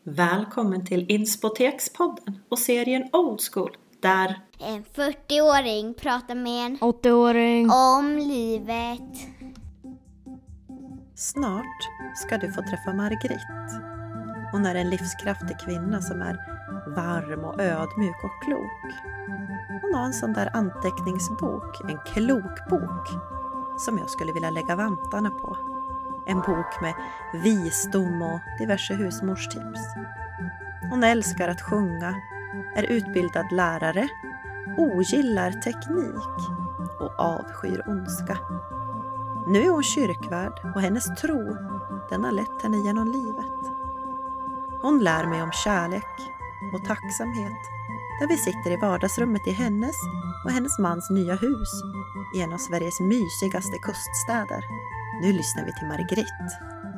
Välkommen till Inspotekspodden och serien Old School, där en 40-åring pratar med en 80-åring om livet. snart ska du få träffa Margrit. Hon är en livskraftig kvinna som är varm och ödmjuk och klok. Hon har en sån där anteckningsbok, en klokbok, som jag skulle vilja lägga vantarna på. En bok med visdom och diverse husmorstips. Hon älskar att sjunga, är utbildad lärare, ogillar teknik och avskyr ondska. Nu är hon kyrkvärd och hennes tro, den har lett henne genom livet. Hon lär mig om kärlek och tacksamhet där vi sitter i vardagsrummet i hennes och hennes mans nya hus i en av Sveriges mysigaste kuststäder. Nu lyssnar vi till Margrit.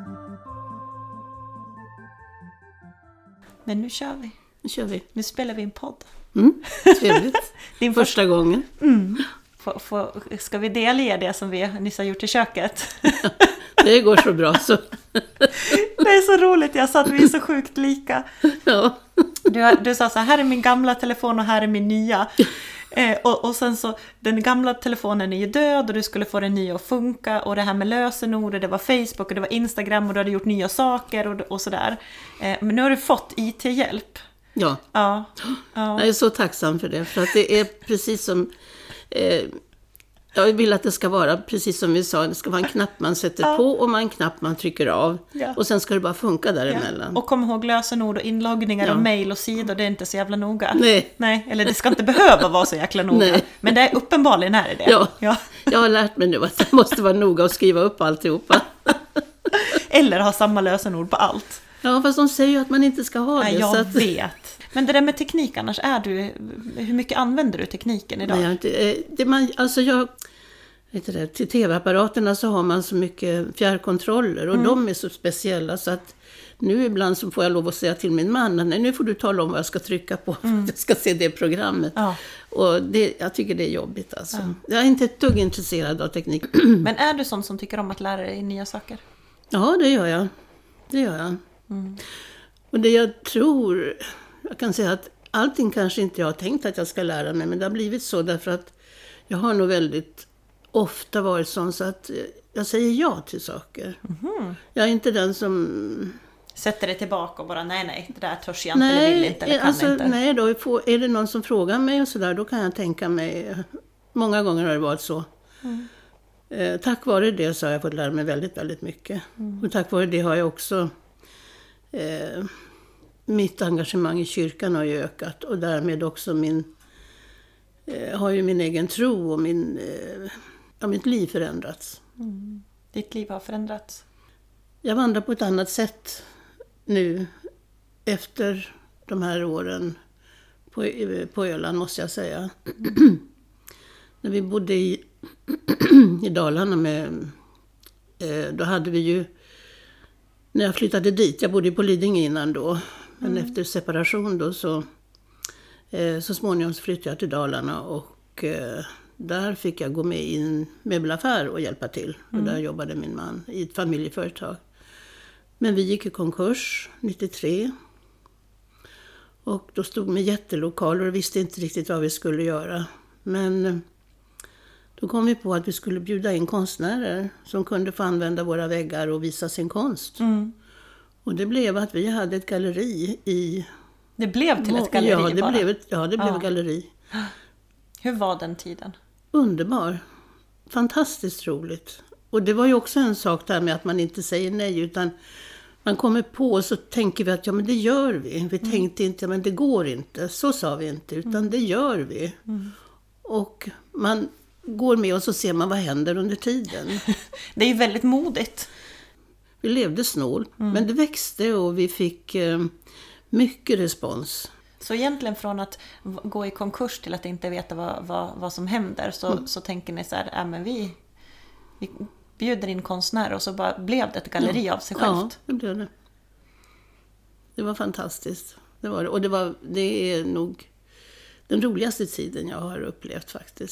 Men nu kör vi. Nu kör vi. Nu spelar vi en podd. Trevligt. Din Första gången. Ska vi delge det som vi nyss har gjort i köket? Det går så bra så. Det är så roligt, jag sa att vi är så sjukt lika. Ja. Du sa så här är min gamla telefon och här är min nya. Och sen så, den gamla telefonen är ju död och du skulle få den nya att funka. Och det här med lösenord, det var Facebook och det var Instagram och du hade gjort nya saker och sådär. Men nu har du fått IT-hjälp. Ja. Ja. Jag är så tacksam för det. För att det är precis som... jag vill att det ska vara precis som vi sa. Det ska vara en knapp man sätter på och en knapp man trycker av. Ja. Och sen ska det bara funka däremellan. Ja. Och kom ihåg lösenord och inloggningar och mejl och sidor. Det är inte så jävla noga. Nej. Eller det ska inte behöva vara så jäkla noga. Nej. Men det är uppenbarligen är det. Ja. Jag har lärt mig nu att det måste vara noga och skriva upp alltihopa. Eller ha samma lösenord på allt. Ja, fast de säger ju att man inte ska ha det. Jag vet. Men det där med teknik annars, hur mycket använder du tekniken idag? Till tv-apparaterna så har man så mycket fjärrkontroller och de är så speciella så att nu ibland så får jag lov att säga till min man att nu får du tala om vad jag ska trycka på för att jag ska se det programmet. Ja. Och jag tycker det är jobbigt alltså. Ja. Jag är inte ett dugg intresserad av teknik. Men är du sån som tycker om att lära dig nya saker? Ja, det gör jag. Och det jag tror... Jag kan säga att allting kanske inte jag har tänkt att jag ska lära mig, men det har blivit så därför att jag har nog väldigt ofta varit sån så att jag säger ja till saker. Mm-hmm. Jag är inte den som... Sätter det tillbaka och bara nej, det där törs jag inte eller vill inte eller kan inte. Nej, då är det någon som frågar mig och sådär, då kan jag tänka mig, många gånger har det varit så. Tack vare det så har jag fått lära mig väldigt, väldigt mycket. Och tack vare det har jag också... mitt engagemang i kyrkan har ju ökat och därmed också har ju min egen tro och mitt liv förändrats. Ditt liv har förändrats? Jag vandrar på ett annat sätt nu efter de här åren på Öland måste jag säga. När vi bodde i Dalarna då hade vi ju, när jag flyttade dit, jag bodde på Lidingö innan då, men efter separation då så småningom flyttade jag till Dalarna och där fick jag gå med i en möbelaffär och hjälpa till. Och där jobbade min man i ett familjeföretag. Men vi gick i konkurs 93 och då stod med jättelokaler och visste inte riktigt vad vi skulle göra. Men då kom vi på att vi skulle bjuda in konstnärer som kunde få använda våra väggar och visa sin konst. Och det blev att vi hade ett galleri i... Det blev till ett galleri det blev ett galleri. Hur var den tiden? Underbar. Fantastiskt roligt. Och det var ju också en sak där med att man inte säger nej utan man kommer på och så tänker vi att men det gör vi. Vi tänkte inte, men det går inte. Så sa vi inte, utan det gör vi. Och man går med och så ser man vad händer under tiden. Det är ju väldigt modigt. Vi levde snål, men det växte och vi fick mycket respons. Så egentligen från att gå i konkurs till att inte veta vad som händer så tänker ni så här, men vi bjuder in konstnärer och så bara blev det ett galleri av sig självt. Ja, det blev det. Det var fantastiskt. Det var det. Och det är nog den roligaste tiden jag har upplevt faktiskt.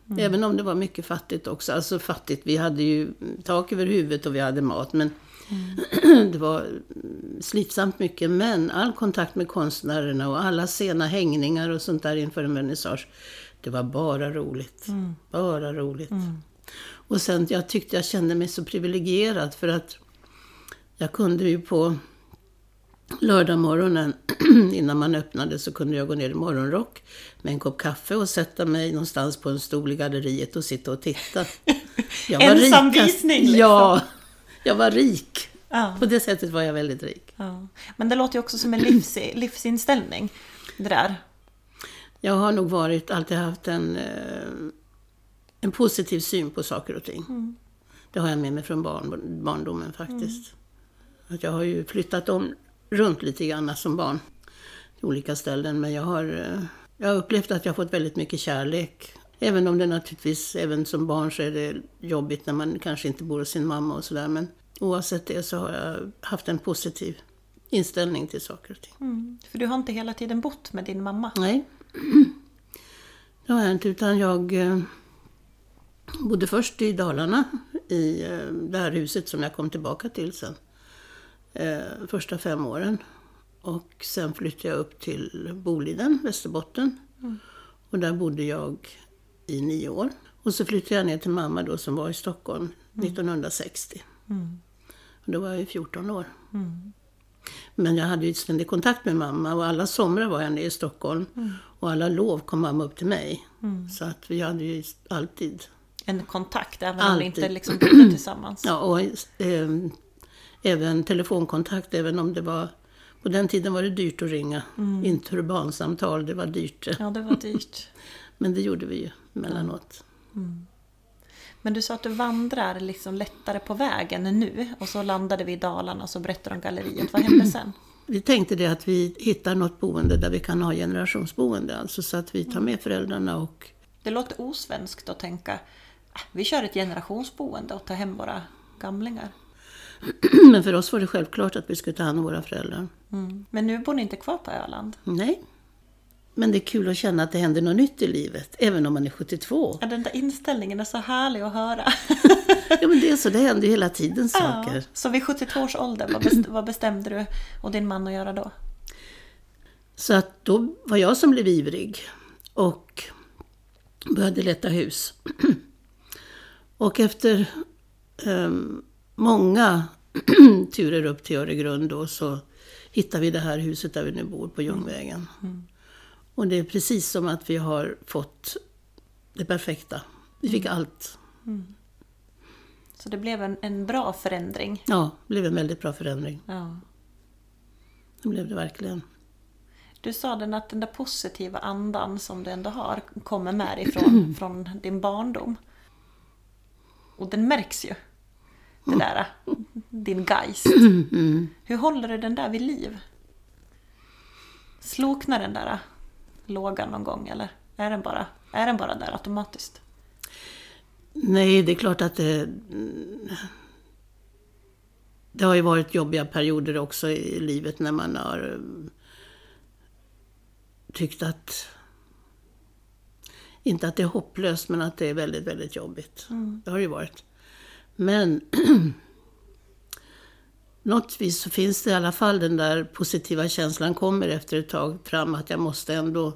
Även om det var mycket fattigt också. Alltså fattigt, vi hade ju tak över huvudet och vi hade mat. Men det var slitsamt mycket. Men all kontakt med konstnärerna och alla sena hängningar och sånt där inför en vernissage. Det var bara roligt. Bara roligt. Och sen jag kände mig så privilegierad för att jag kunde ju på lördag morgonen innan man öppnade så kunde jag gå ner i morgonrock med en kopp kaffe och sätta mig någonstans på en stol i galleriet och sitta och titta. Ensam visning liksom. Ja, jag var rik. Ja. På det sättet var jag väldigt rik. Ja. Men det låter ju också som en livsinställning, det där. Jag har nog alltid haft en positiv syn på saker och ting. Det har jag med mig från barndomen faktiskt. Att jag har ju flyttat runt lite grann som barn till olika ställen. Men jag har upplevt att jag har fått väldigt mycket kärlek. Även om det naturligtvis, även som barn så är det jobbigt när man kanske inte bor hos sin mamma och sådär. Men oavsett det så har jag haft en positiv inställning till saker och ting. För du har inte hela tiden bott med din mamma? Nej, det har jag inte. Utan jag bodde först i Dalarna i det här huset som jag kom tillbaka till sen. Första 5 åren. Och sen flyttade jag upp till Boliden, Västerbotten. Och där bodde jag i 9 år. Och så flyttade jag ner till mamma då som var i Stockholm 1960. Och då var jag 14 år. Men jag hade ju ständig kontakt med mamma och alla somrar var jag nere i Stockholm. Och alla lov kom mamma upp till mig. Så att vi hade ju alltid en kontakt, även om ni inte liksom bodde tillsammans. Ja, och även telefonkontakt, även om det var... På den tiden var det dyrt att ringa. Inte urbansamtal, det var dyrt. Ja, det var dyrt. Men det gjorde vi ju mellanåt. Men du sa att du vandrar liksom lättare på vägen nu. Och så landade vi i Dalarna och så berättade om galleriet. Vad hände sen? Vi tänkte det att vi hittar något boende där vi kan ha generationsboende. Alltså så att vi tar med föräldrarna och... Det låter osvenskt att tänka, vi kör ett generationsboende och tar hem våra gamlingar. Men för oss var det självklart att vi skulle ta hand om våra föräldrar. Men nu bor ni inte kvar på Öland? Nej. Men det är kul att känna att det händer något nytt i livet, även om man är 72. Ja, den där inställningen är så härlig att höra. Ja, men det är så, det händer ju hela tiden saker. Ja, så vid 72 års ålder, vad bestämde du och din man att göra då? Så att då var jag som blev ivrig och började leta hus. Och efter många turer upp till Öregrund då, så hittade vi det här huset där vi nu bor på Ljungvägen. Och det är precis som att vi har fått det perfekta. Vi fick allt. Så det blev en bra förändring? Ja, det blev en väldigt bra förändring. Ja. Det blev det verkligen. Du sa att den där positiva andan som du ändå har kommer med dig från din barndom. Och den märks ju. Det där, din geist. Hur håller du den där vid liv? Sloknar den där lågan någon gång, eller är den bara där automatiskt? Nej, det är klart att det har ju varit jobbiga perioder också i livet när man har tyckt att, inte att det är hopplöst, men att det är väldigt, väldigt jobbigt. Det har det ju varit. Men något vis så finns det i alla fall den där positiva känslan kommer efter ett tag fram att jag måste ändå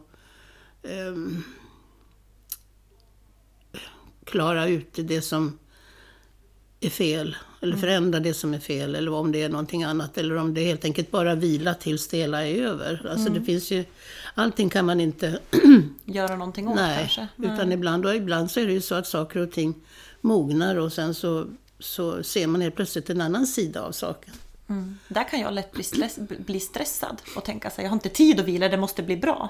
klara ut det som är fel. Eller förändra det som är fel. Eller om det är någonting annat. Eller om det helt enkelt bara vila tills det hela är över. Alltså det finns ju... Allting kan man inte... göra någonting åt kanske. Utan ibland så är det ju så att saker och ting mognar. Och sen så ser man helt plötsligt en annan sida av saken. Där kan jag lätt bli stressad. Och tänka sig, jag har inte tid att vila, det måste bli bra.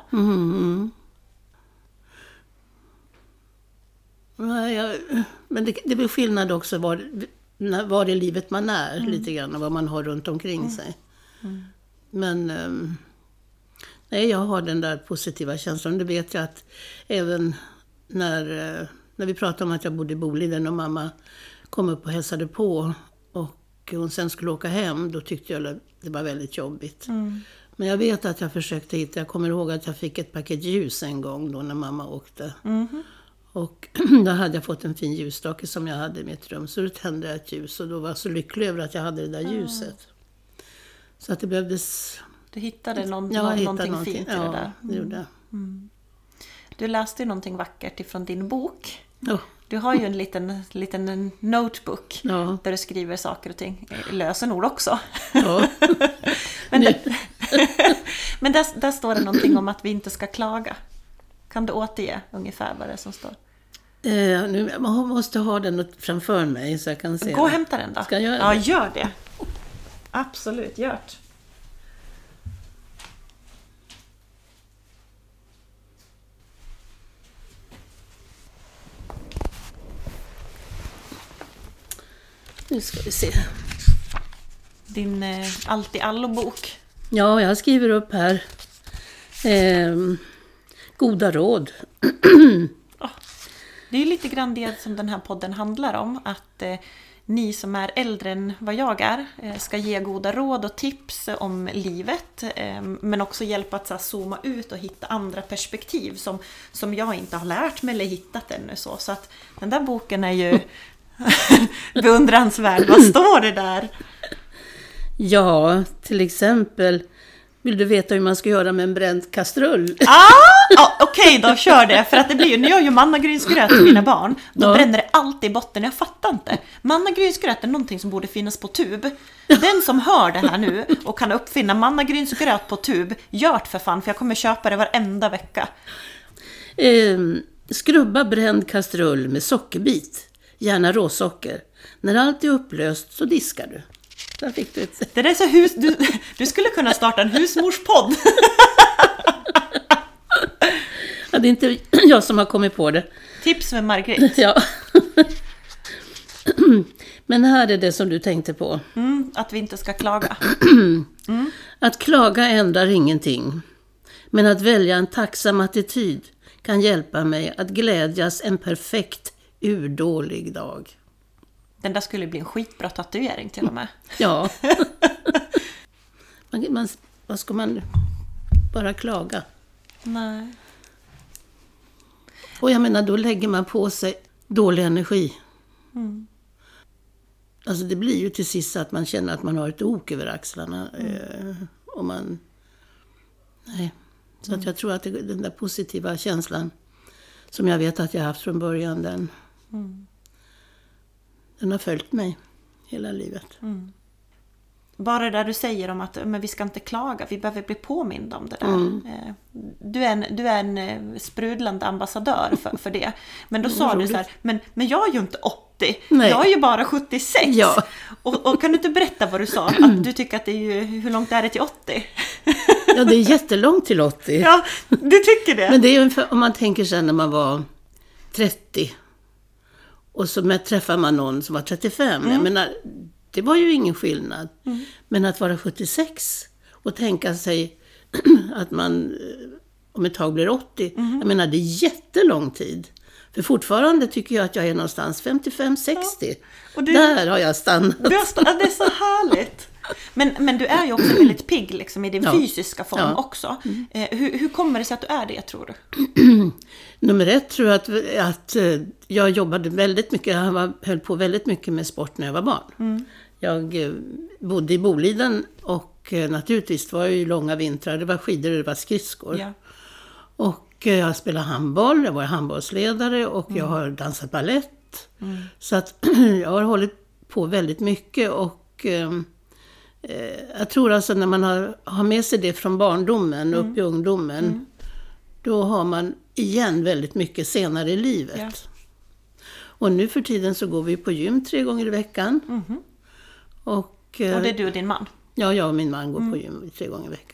Men det blir skillnad också var i livet man är lite grann och vad man har runt omkring sig. Men nej, jag har den där positiva känslan. Det vet jag att även när vi pratade om att jag bodde i Boliden och mamma kom upp och hälsade på och hon sen skulle åka hem, då tyckte jag att det var väldigt jobbigt. Men jag vet att jag försökte hitta, jag kommer ihåg att jag fick ett paket ljus en gång då när mamma åkte. Och då hade jag fått en fin ljusstake som jag hade i mitt rum. Så då tände jag ett ljus och då var jag så lycklig över att jag hade det där ljuset. Så att det behövdes... Du hittade någonting fint i det där. Ja, det gjorde jag. Du läste ju någonting vackert ifrån din bok. Ja. Du har ju en liten notebook där du skriver saker och ting. Lösenord också. Ja. Men där står det någonting om att vi inte ska klaga. Kan du återge ungefär vad det är som står? Nu man måste ha den framför mig så jag kan se. Gå och hämta den då. Ska jag göra det? Ja, gör det. Absolut, gör det. Nu ska vi se. Din allt i allo-bok. Ja, jag skriver upp här. Goda råd. Det är ju lite grann det som den här podden handlar om. Att ni som är äldre än vad jag är ska ge goda råd och tips om livet. Men också hjälpa att så här, zooma ut och hitta andra perspektiv som jag inte har lärt mig eller hittat ännu. Så att den där boken är ju beundransvärd. Vad står det där? Ja, till exempel... Vill du veta hur man ska göra med en bränd kastrull? Okej, då kör det. För att det blir ju, när jag gör mannagrynsgröt till mina barn, då bränner det alltid i botten. Jag fattar inte. Mannagrynsgröt är någonting som borde finnas på tub. Den som hör det här nu och kan uppfinna mannagrynsgröt på tub, gör det för fan, för jag kommer köpa det varenda vecka. Skrubba bränd kastrull med sockerbit. Gärna råsocker. När allt är upplöst så diskar du. Där fick du ett... Det är så du skulle kunna starta en husmorspodd. Ja, det är inte jag som har kommit på det. Tips med Margret. Ja. Men här är det som du tänkte på. Att vi inte ska klaga. Att klaga ändrar ingenting. Men att välja en tacksam attityd kan hjälpa mig att glädjas en perfekt urdålig dag. Den där skulle bli en skitbra tatuering till och med. Ja. Vad ska man bara klaga? Nej. Och jag menar, då lägger man på sig dålig energi. Alltså det blir ju till sist att man känner att man har ett ok över axlarna. Så att jag tror att den där positiva känslan som jag vet att jag haft från början, den har följt mig hela livet. Bara det där du säger om att men vi ska inte klaga, vi behöver bli påminda om det där. Du är en sprudlande ambassadör för det. Men då sa du så här, men jag är ju inte 80, Nej. Jag är ju bara 76. Ja. Och kan du inte berätta vad du sa? Att du tycker att det är ju, hur långt är det till 80? Ja, det är jättelångt till 80. Ja, du tycker det. Men det är ungefär, om man tänker sen när man var 30 och så träffar man någon som var 35. Jag menar, det var ju ingen skillnad. Men att vara 76 och tänka sig att man om ett tag blir 80. Jag menar, det är jättelång tid. För fortfarande tycker jag att jag är någonstans 55-60. Ja. Där har jag stannat. Det är så härligt. Men du är ju också väldigt pigg liksom, i din fysiska form också. Hur kommer det sig att du är det, tror du? Nummer 1 tror jag att jag jobbade väldigt mycket. Jag höll på väldigt mycket med sport när jag var barn. Jag bodde i Boliden och naturligtvis var det ju långa vintrar. Det var skidor och det var skridskor. Ja. Och jag spelade handboll, jag var handbollsledare och jag har dansat ballett. Så att jag har hållit på väldigt mycket och jag tror alltså när man har med sig det från barndomen upp i ungdomen, då har man igen väldigt mycket senare i livet. Ja. Och nu för tiden så går vi på gym 3 gånger i veckan. Och det är du och din man? Ja, jag och min man går på gym 3 gånger i veckan.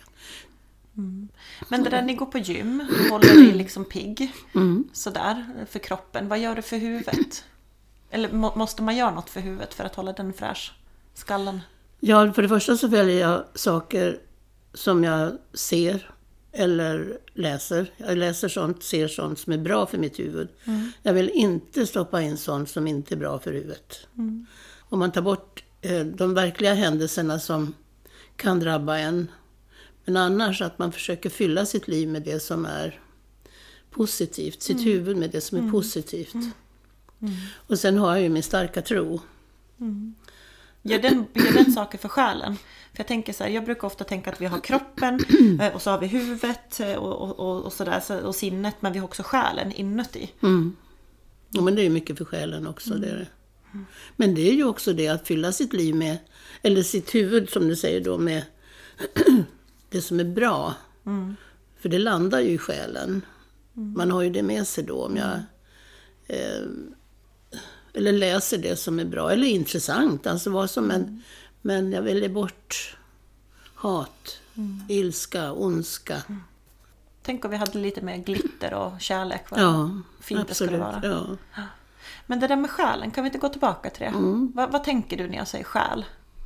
Men det där ni går på gym, du håller dig liksom pigg sådär för kroppen. Vad gör du för huvudet? Eller måste man göra något för huvudet för att hålla den fräsch? Skallen? Ja, för det första så väljer jag saker som jag ser eller läser. Jag läser sånt, ser sånt som är bra för mitt huvud. Jag vill inte stoppa in sånt som inte är bra för huvudet. Om man tar bort de verkliga händelserna som kan drabba en. Men annars att man försöker fylla sitt liv med det som är positivt, sitt huvud med det som är positivt. Och sen har jag ju min starka tro. Gör den saker för själen? För jag tänker så här, jag brukar ofta tänka att vi har kroppen och så har vi huvudet och sådär, och sinnet, men vi har också själen inuti. Ja, men det är ju mycket för själen också. Det är det. Men det är ju också det att fylla sitt liv med, eller sitt huvud som du säger då, med det som är bra. För det landar ju i själen. Man har ju det med sig då, om jag eller läser det som är bra eller intressant, alltså vad som men jag väljer bort hat, ilska, ondska. Tänk om vi hade lite mer glitter och kärlek. Ja, fint absolut, det skulle vara. Ja. Men det där med själen, kan vi inte gå tillbaka till det? Vad tänker du när jag säger själ?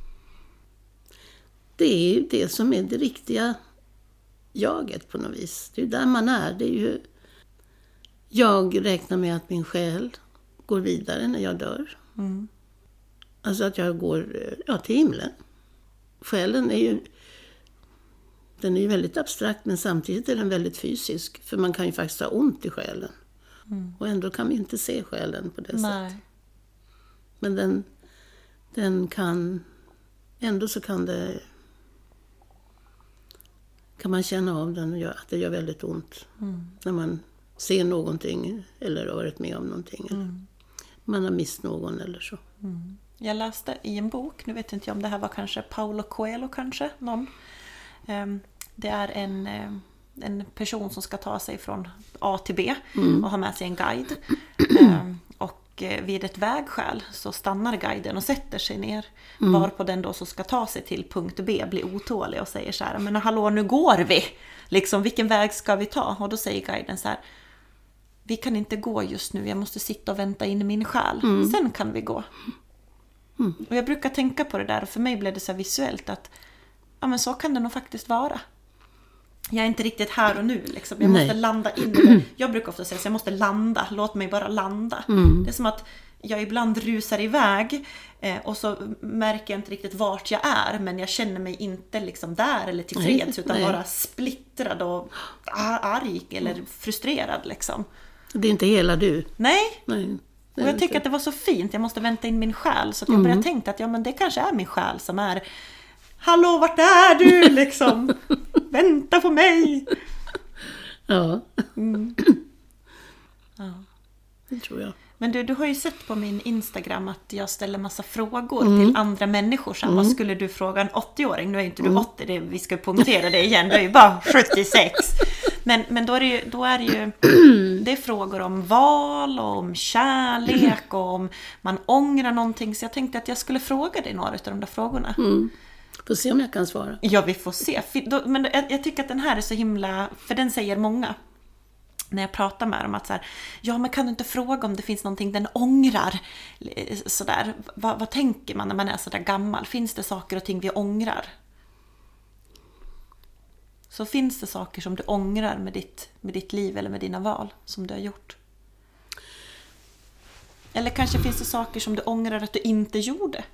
Det är ju det som är det riktiga jaget på något vis. Det är ju där man är. Det är ju... Jag räknar med att min själ går vidare när jag dör. Alltså att jag går till himlen. Själen är ju... Den är ju väldigt abstrakt, men samtidigt är den väldigt fysisk. För man kan ju faktiskt ha ont i själen. Och ändå kan vi inte se själen på det sättet. Men den kan... Ändå så kan det... Kan man känna av den att det gör väldigt ont. När man ser någonting eller har varit med om någonting. Eller man har mist någon eller så. Jag läste i en bok, nu vet inte jag om det här var kanske Paulo Coelho kanske, någon. Det är en person som ska ta sig från A till B och ha med sig en guide. Och vid ett vägskäl så stannar guiden och sätter sig ner. Varpå den då så ska ta sig till punkt B blir otålig och säger så här: men hallå, nu går vi! Liksom, vilken väg ska vi ta? Och då säger guiden så här: vi kan inte gå just nu, jag måste sitta och vänta in i min själ. Sen kan vi gå. Och jag brukar tänka på det där, och för mig blev det så visuellt att ja, men så kan det nog faktiskt vara. Jag är inte riktigt här och nu liksom. Jag måste landa in i det. Jag brukar ofta säga att jag måste landa. Låt mig bara landa. Det är som att jag ibland rusar iväg och så märker jag inte riktigt vart jag är, men jag känner mig inte liksom där eller tillfreds, utan bara splittrad och arg eller frustrerad liksom. Det är inte hela du. Nej. Och jag tycker att det var så fint. Jag måste vänta in min själ, så att jag började tänka att ja, men det kanske är min själ som är: hallå, vart är du liksom? Vänta på mig. Ja. Ja, det tror jag. Men du har ju sett på min Instagram att jag ställer massa frågor till andra människor. Så vad skulle du fråga en 80-åring? Nu är inte du 80, vi ska punktera det igen. Du är ju bara 76. Men då är det ju det är frågor om val och om kärlek och om man ångrar någonting. Så jag tänkte att jag skulle fråga dig några av de där frågorna. Får se om jag kan svara. Ja, vi får se. Men jag tycker att den här är så himla... För den säger många när jag pratar med dem att så här: ja, men kan du inte fråga om det finns någonting den ångrar? Sådär. Vad tänker man när man är så där gammal? Finns det saker och ting vi ångrar? Så finns det saker som du ångrar med ditt liv eller med dina val som du har gjort? Eller kanske finns det saker som du ångrar att du inte gjorde?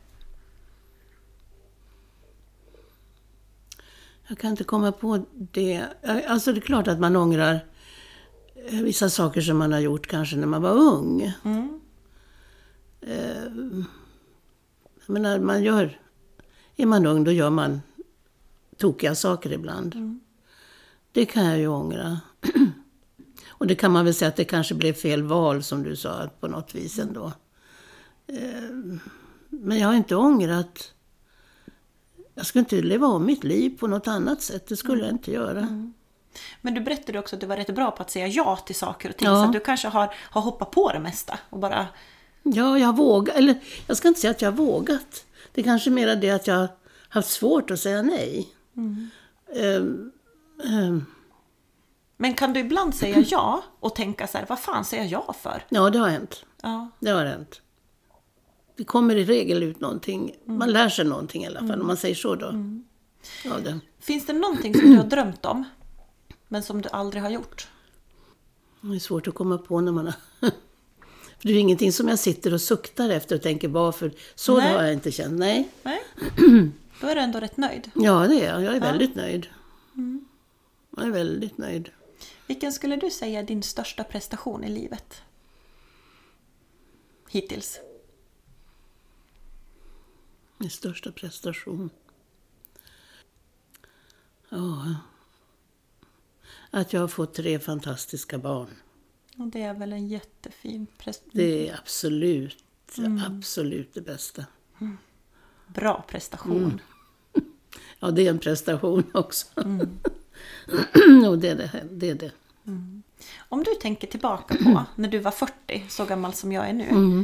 Jag kan inte komma på det. Alltså det är klart att man ångrar vissa saker som man har gjort kanske när man var ung. Men när är man ung, då gör man tokiga saker ibland. Det kan jag ju ångra. Och det kan man väl säga att det kanske blev fel val, som du sa, på något vis ändå. Men jag har inte ångrat. Jag skulle inte leva om mitt liv på något annat sätt. Det skulle jag inte göra. Men du berättade också att du var rätt bra på att säga ja till saker och ting. Så att du kanske har hoppat på det mesta och bara... Ja, jag vågar. Eller jag ska inte säga att jag har vågat. Det är kanske mer det att jag har haft svårt att säga nej. Men kan du ibland säga ja och tänka så här: vad fan säger jag ja för? Ja, det har hänt. Ja. Det har hänt. Det kommer i regel ut någonting. Man lär sig någonting i alla fall, om man säger så då. Ja, det. Finns det någonting som du har drömt om, men som du aldrig har gjort? Det är svårt att komma på när man har... För det är ingenting som jag sitter och suktar efter och tänker varför. Så har jag inte känt. Nej. Då är du ändå rätt nöjd. Ja, det är jag. Jag är väldigt nöjd. Jag är väldigt nöjd. Vilken skulle du säga är din största prestation i livet? Hittills. Min största prestation? Ja. Att jag har fått 3 fantastiska barn. Och det är väl en jättefin prestation. Det är absolut det bästa. Bra prestation. Ja, det är en prestation också. Och det är det. Om du tänker tillbaka på när du var 40, så gammal som jag är nu.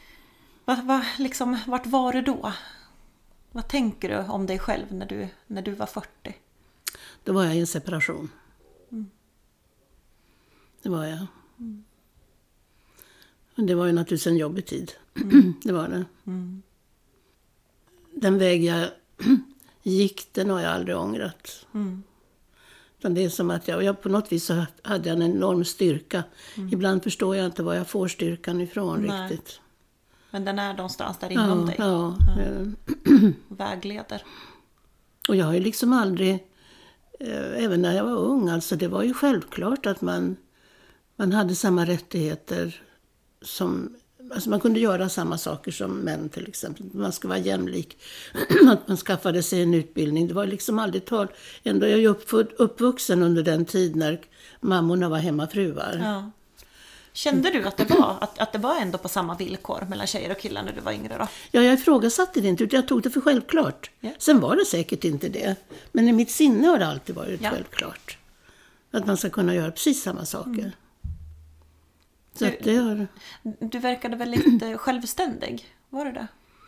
Vart var du då? Vad tänker du om dig själv när du var 40? Då var jag i en separation. Det var jag. Men det var ju naturligtvis en jobbig tid. Det var det. Den väg jag gick, den har jag aldrig ångrat. Utan det är som att jag på något vis så hade jag en enorm styrka. Ibland förstår jag inte var jag får styrkan ifrån riktigt. Men den är någonstans där inom dig. Ja. Vägleder. Och jag har ju liksom aldrig, även när jag var ung, alltså det var ju självklart att man hade samma rättigheter som, alltså man kunde göra samma saker som män till exempel. Man skulle vara jämlik, att man skaffade sig en utbildning. Det var liksom aldrig tal. Ändå är jag uppvuxen under den tid när mammorna var hemmafruar. Ja. Kände du att det var ändå på samma villkor mellan tjejer och killar när du var yngre då? Ja, jag ifrågasatte det inte, utan jag tog det för självklart. Ja. Sen var det säkert inte det. Men i mitt sinne har det alltid varit självklart. Att man ska kunna göra precis samma saker. Så du verkade väldigt självständig, var det det?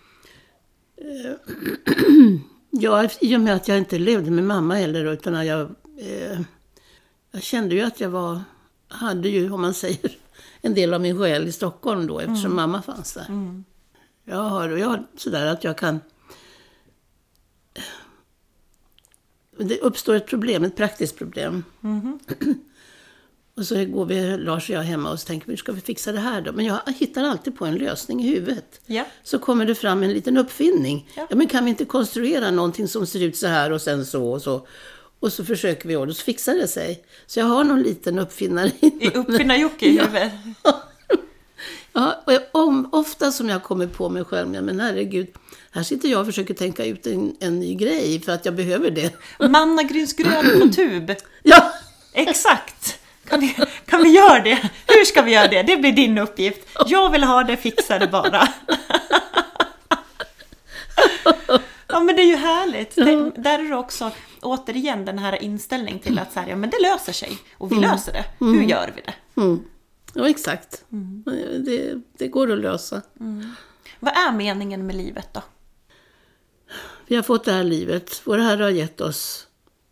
Ja, i och med att jag inte levde med mamma heller, utan jag kände ju att hade ju, om man säger, en del av min själ i Stockholm då, eftersom mamma fanns där. Jag har sådär att jag kan... Det uppstår ett problem, ett praktiskt problem. Och så går vi, Lars och jag, hemma och så tänker hur ska vi fixa det här då? Men jag hittar alltid på en lösning i huvudet. Ja. Så kommer det fram en liten uppfinning. Ja, men kan vi inte konstruera någonting som ser ut så här och sen så och så? Och så försöker vi och så fixar det sig. Så jag har någon liten uppfinnare i uppfinnar-Jocke i huvudet. Ja, och ofta som jag kommer på mig själv, men herregud, här sitter jag och försöker tänka ut en ny grej för att jag behöver det. Mannagrynsgröt på tub. Ja! Exakt! Kan vi göra det? Hur ska vi göra det? Det blir din uppgift. Jag vill ha det, fixa det bara. Ja, men det är ju härligt. Där är det också återigen den här inställningen till att så här, ja, men det löser sig. Och vi löser det. Hur gör vi det? Ja, exakt. Det går att lösa. Vad är meningen med livet då? Vi har fått det här livet. Vår Herre har gett oss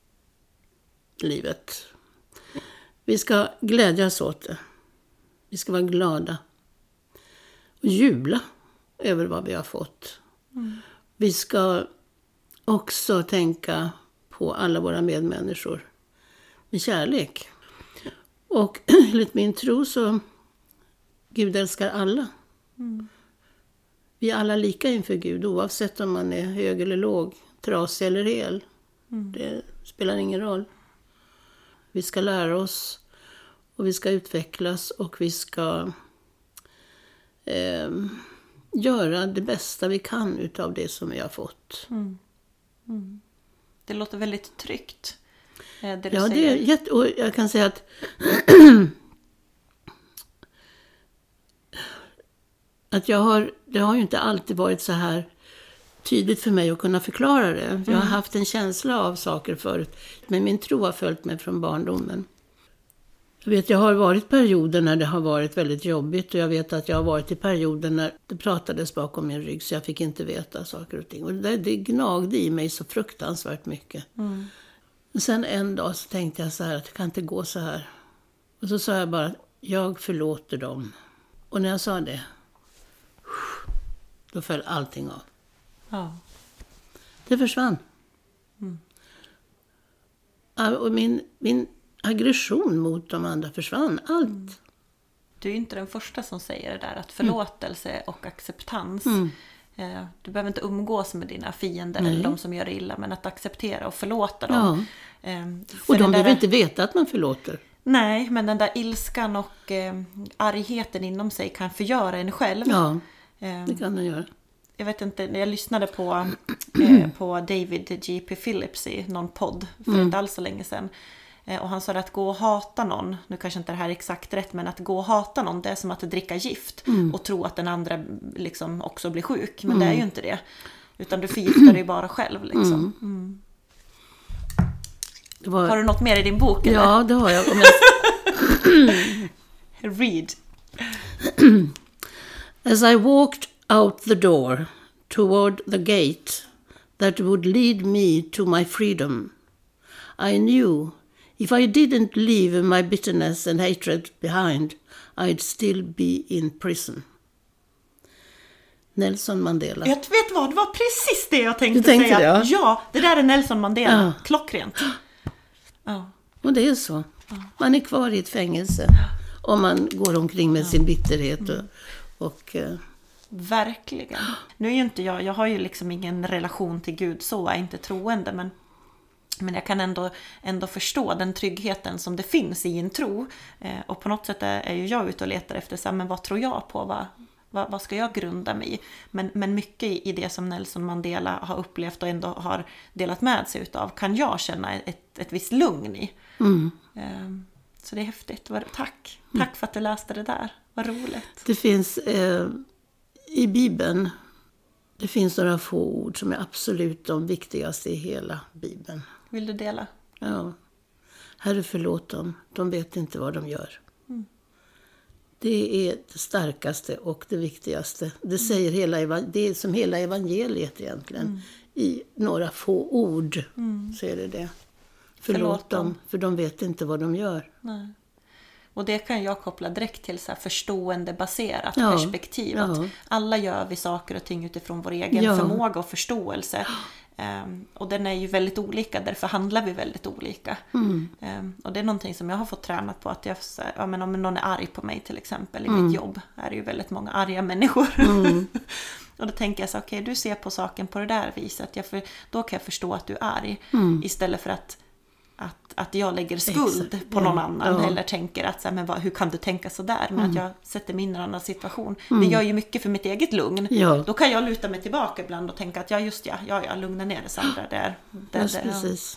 livet. Vi ska glädjas åt det. Vi ska vara glada. Och jubla över vad vi har fått. Vi ska också tänka på alla våra medmänniskor med kärlek. Och enligt min tro så Gud älskar alla. Vi är alla lika inför Gud, oavsett om man är hög eller låg, trasig eller hel. Det spelar ingen roll. Vi ska lära oss och vi ska utvecklas och vi ska göra det bästa vi kan utav det som vi har fått. Det låter väldigt tryggt. Det är och jag kan säga att det har ju inte alltid varit så här tydligt för mig att kunna förklara det. Jag har haft en känsla av saker förut, men min tro har följt mig från barndomen. Jag har varit perioder när det har varit väldigt jobbigt och jag vet att jag har varit i perioder när det pratades bakom min rygg så jag fick inte veta saker och ting. Och det gnagde i mig så fruktansvärt mycket. Men sen en dag så tänkte jag så här att det kan inte gå så här. Och så sa jag bara, jag förlåter dem. Och när jag sa det, då föll allting av. Ja. Det försvann. Och min aggression mot de andra försvann. Allt. Du är inte den första som säger det där. Att förlåtelse och acceptans. Du behöver inte umgås med dina fiender eller de som gör det illa. Men att acceptera och förlåta dem. Ja. Och de behöver inte veta att man förlåter. Nej, men den där ilskan och argheten inom sig kan förgöra en själv. Ja, det kan den göra. Jag vet inte, jag lyssnade på David G.P. Phillips i någon podd för inte alls så länge sedan. Och han sa att gå och hata någon, nu kanske inte det här är exakt rätt, men att gå och hata någon, det är som att dricka gift och tro att den andra liksom också blir sjuk. Men det är ju inte det. Utan du förgiftar dig bara själv liksom. Har du något mer i din bok? Eller? Ja, det har jag. Read. As I walked out the door toward the gate that would lead me to my freedom, I knew if I didn't leave my bitterness and hatred behind, I'd still be in prison. Nelson Mandela. Jag vet vad, det var precis det jag tänkte säga. Det, ja. Ja, det där är Nelson Mandela. Ja. Klockrent. Ja. Och det är så. Man är kvar i ett fängelse om man går omkring med sin bitterhet och verkligen. Nu är ju inte jag har ju liksom ingen relation till Gud, så är inte troende, men jag kan ändå förstå den tryggheten som det finns i en tro. Och på något sätt är ju jag ute och letar efter så här, men vad tror jag på? Vad ska jag grunda mig i? Men mycket i det som Nelson Mandela har upplevt och ändå har delat med sig utav kan jag känna ett visst lugn i. Så det är häftigt. Tack för att du läste det där. Vad roligt. Det finns i Bibeln, det finns några få ord som är absolut de viktigaste i hela Bibeln. Vill du dela? Ja. Herre, förlåt dem. De vet inte vad de gör. Det är det starkaste och det viktigaste. Det säger det är som hela evangeliet egentligen. I några få ord så är det. Förlåt dem, för de vet inte vad de gör. Nej. Och det kan jag koppla direkt till så här förståendebaserat perspektiv. Att alla gör vi saker och ting utifrån vår egen förmåga och förståelse. Och den är ju väldigt olika, därför handlar vi väldigt olika. Och det är någonting som jag har fått träna på. Att om någon är arg på mig till exempel i mitt jobb, är det ju väldigt många arga människor. Och då tänker jag så okej, du ser på saken på det där viset. Då kan jag förstå att du är arg. Istället för att jag lägger skuld på någon annan eller tänker att så här, men hur kan du tänka så där? Men att jag sätter mig in i en annan situation. Det gör ju mycket för mitt eget lugn. Då kan jag luta mig tillbaka ibland och tänka att jag lugnar ner det Sandra där. Precis.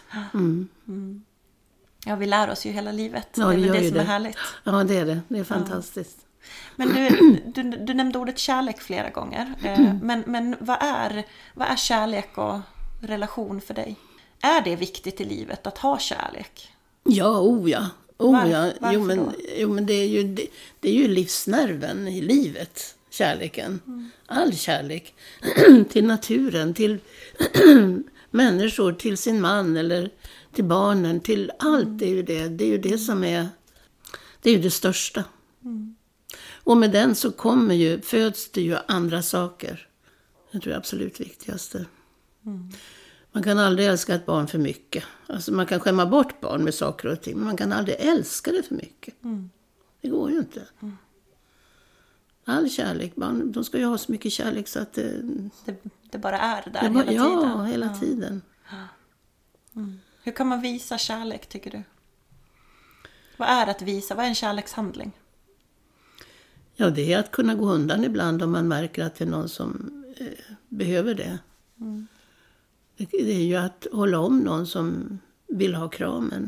Ja, vi lär oss ju hela livet. Ja, det är väl det som är härligt. Ja, det är det. Det är fantastiskt. Men du nämnde ordet kärlek flera gånger. Men vad är kärlek och relation för dig? Är det viktigt i livet att ha kärlek? Ja, ja. Varför Jo, men det är ju livsnerven i livet, kärleken. All kärlek till naturen, till människor, till sin man eller till barnen, till allt. Det är ju det som är det största. Och med den så föds det ju andra saker. Jag tror det är absolut viktigaste. Man kan aldrig älska ett barn för mycket. Alltså man kan skämma bort barn med saker och ting. Men man kan aldrig älska det för mycket. Det går ju inte. All kärlek. Barn, de ska ju ha så mycket kärlek så att det bara är där hela tiden. Ja, hela tiden. Hur kan man visa kärlek, tycker du? Vad är att visa? Vad är en kärlekshandling? Ja, det är att kunna gå undan ibland om man märker att det är någon som behöver det. Det är ju att hålla om någon som vill ha kramen.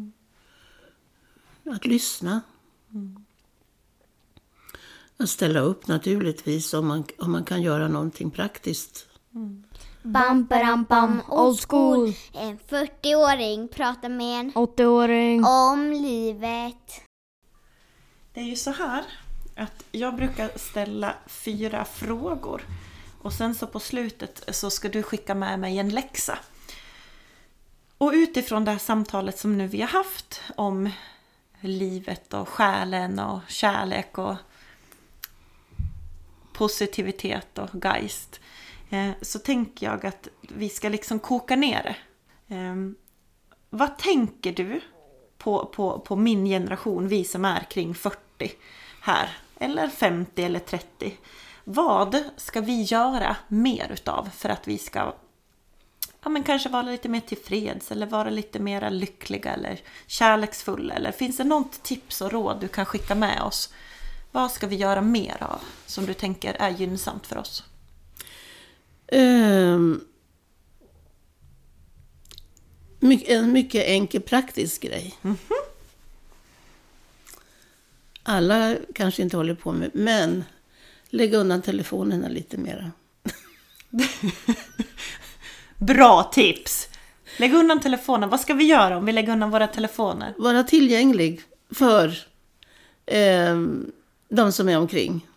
Att lyssna. Att ställa upp naturligtvis om man kan göra någonting praktiskt. Bam, bam, bam, old school. En 40-åring pratar med en 80-åring om livet. Det är ju så här att jag brukar ställa 4 frågor. Och sen så på slutet så ska du skicka med mig en läxa. Och utifrån det här samtalet som nu vi har haft om livet och själen och kärlek och positivitet och geist, så tänker jag att vi ska liksom koka ner det. Vad tänker du på min generation, vi som är kring 40 här, eller 50 eller 30? Vad ska vi göra mer utav för att vi ska men kanske vara lite mer tillfreds eller vara lite mer lyckliga eller kärleksfulla? Eller finns det något tips och råd du kan skicka med oss? Vad ska vi göra mer av som du tänker är gynnsamt för oss? En mycket enkel praktisk grej. Alla kanske inte håller på med, men lägg undan telefonerna lite mera. Bra tips! Lägg undan telefonen. Vad ska vi göra om vi lägger undan våra telefoner? Vara tillgänglig för de som är omkring.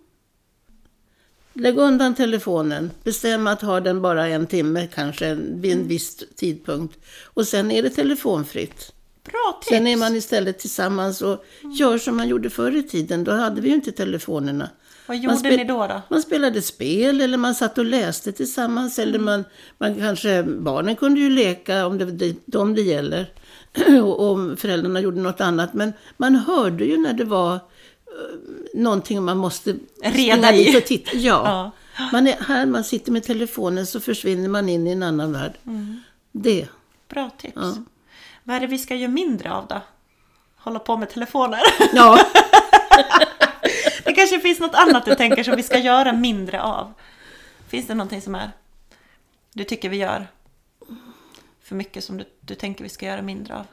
Lägg undan telefonen. Bestäm att ha den bara 1 timme kanske vid en viss tidpunkt. Och sen är det telefonfritt. Bra tips! Sen är man istället tillsammans och gör som man gjorde förr i tiden. Då hade vi ju inte telefonerna. Vad gjorde ni då? Man spelade spel eller man satt och läste tillsammans. Eller man kanske, barnen kunde ju leka om det gäller. Och om föräldrarna gjorde något annat. Men man hörde ju när det var någonting man måste reda i. Och titta. Ja. Man sitter med telefonen så försvinner man in i en annan värld. Det. Bra tips. Ja. Vad är det vi ska göra mindre av då? Hålla på med telefoner? Ja. Det kanske finns något annat du tänker som vi ska göra mindre av. Finns det någonting som du tycker vi gör för mycket som du tänker vi ska göra mindre av?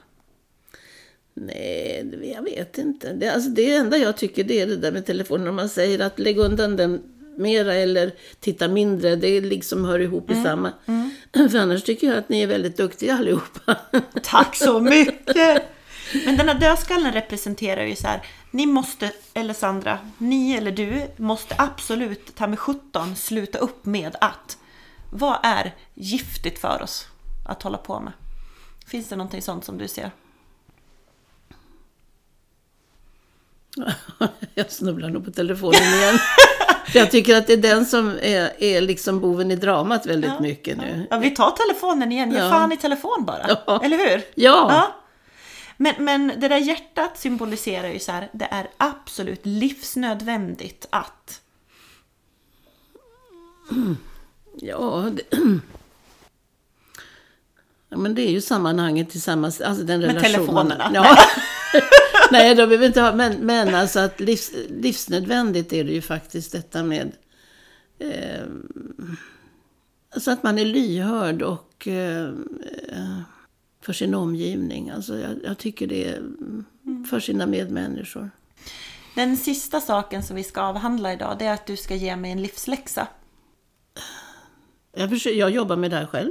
Nej, jag vet inte. Det enda jag tycker det är det där med telefonen. Om man säger att lägg undan den mera eller titta mindre. Det liksom hör ihop i samma. För annars tycker jag att ni är väldigt duktiga allihopa. Tack så mycket! Men den här dödskallen representerar ju så här. Ni måste, eller Sandra, ni eller du måste absolut ta med 17 sluta upp med att. Vad är giftigt för oss att hålla på med? Finns det någonting sånt som du ser? Jag snubblar nog på telefonen igen. För jag tycker att det är den som är liksom boven i dramat väldigt mycket nu. Ja, vi tar telefonen igen. Ge fan i telefon bara. Ja. Eller hur? Ja. Men det där hjärtat symboliserar ju så här. Det är absolut livsnödvändigt att. Ja, men det är ju sammanhanget tillsammans. Alltså den relationen. Med telefonerna. Ja. Nej, då behöver vi inte ha. Men alltså att livsnödvändigt är det ju faktiskt detta med. Alltså att man är lyhörd och för sin omgivning. Alltså jag tycker det är för sina medmänniskor. Den sista saken som vi ska avhandla idag, det är att du ska ge mig en livsläxa. Jag jobbar med det här själv.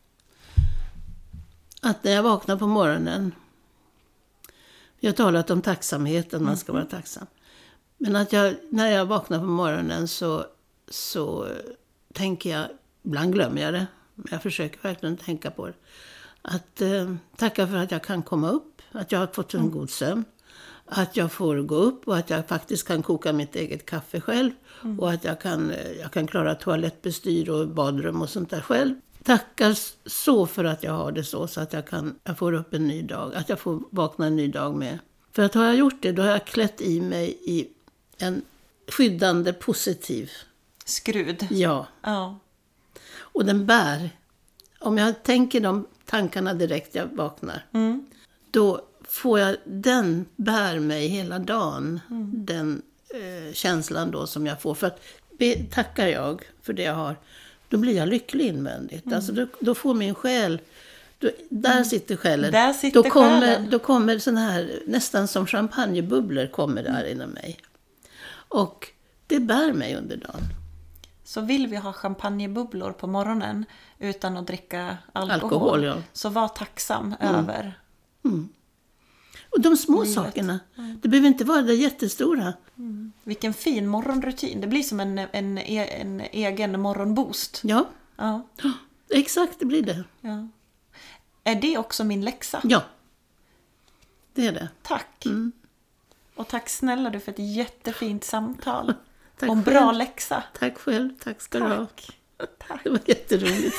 Att när jag vaknar på morgonen. Vi har talat om tacksamheten, man ska vara tacksam. Men att när jag vaknar på morgonen så tänker jag, ibland glömmer jag det. Men jag försöker verkligen tänka på det. Att tacka för att jag kan komma upp. Att jag har fått en god sömn. Att jag får gå upp och att jag faktiskt kan koka mitt eget kaffe själv. Och att jag kan klara toalettbestyr och badrum och sånt där själv. Tackar så för att jag har det så att jag får upp en ny dag. Att jag får vakna en ny dag med. För att har jag gjort det, då har jag klätt i mig i en skyddande positiv skrud. Ja. Och den bär. Om jag tänker de tankarna direkt jag vaknar. Då får jag, den bär mig hela dagen. Den känslan då som jag får. För att tackar jag för det jag har. Då blir jag lycklig invändigt. Alltså då får min själ. Där sitter själen. Där sitter själen. Då kommer sån här, nästan som champagnebubblor kommer där inom mig. Och det bär mig under dagen. Så vill vi ha champagnebubblor på morgonen utan att dricka alkohol ja. Så var tacksam över. Och de små sakerna. Det behöver inte vara det jättestora. Vilken fin morgonrutin. Det blir som en egen morgonboost. Ja. Exakt, det blir det. Ja. Är det också min läxa? Ja, det är det. Tack. Och tack snälla du för ett jättefint samtal. Tack om själv. Bra läxa. Tack själv, tack ska du ha. Tack. Det var jätteroligt.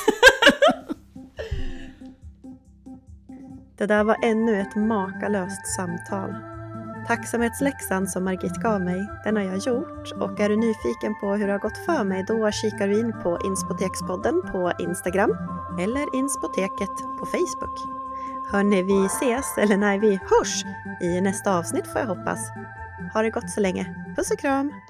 Det där var ännu ett makalöst samtal. Tacksamhetsläxan som Margit gav mig, den har jag gjort. Och är du nyfiken på hur det har gått för mig, då kikar du in på Inspotekspodden på Instagram eller Inspoteket på Facebook. Hörni, vi ses, eller nej, vi hörs i nästa avsnitt får jag hoppas. Ha det gott så länge. Puss och kram!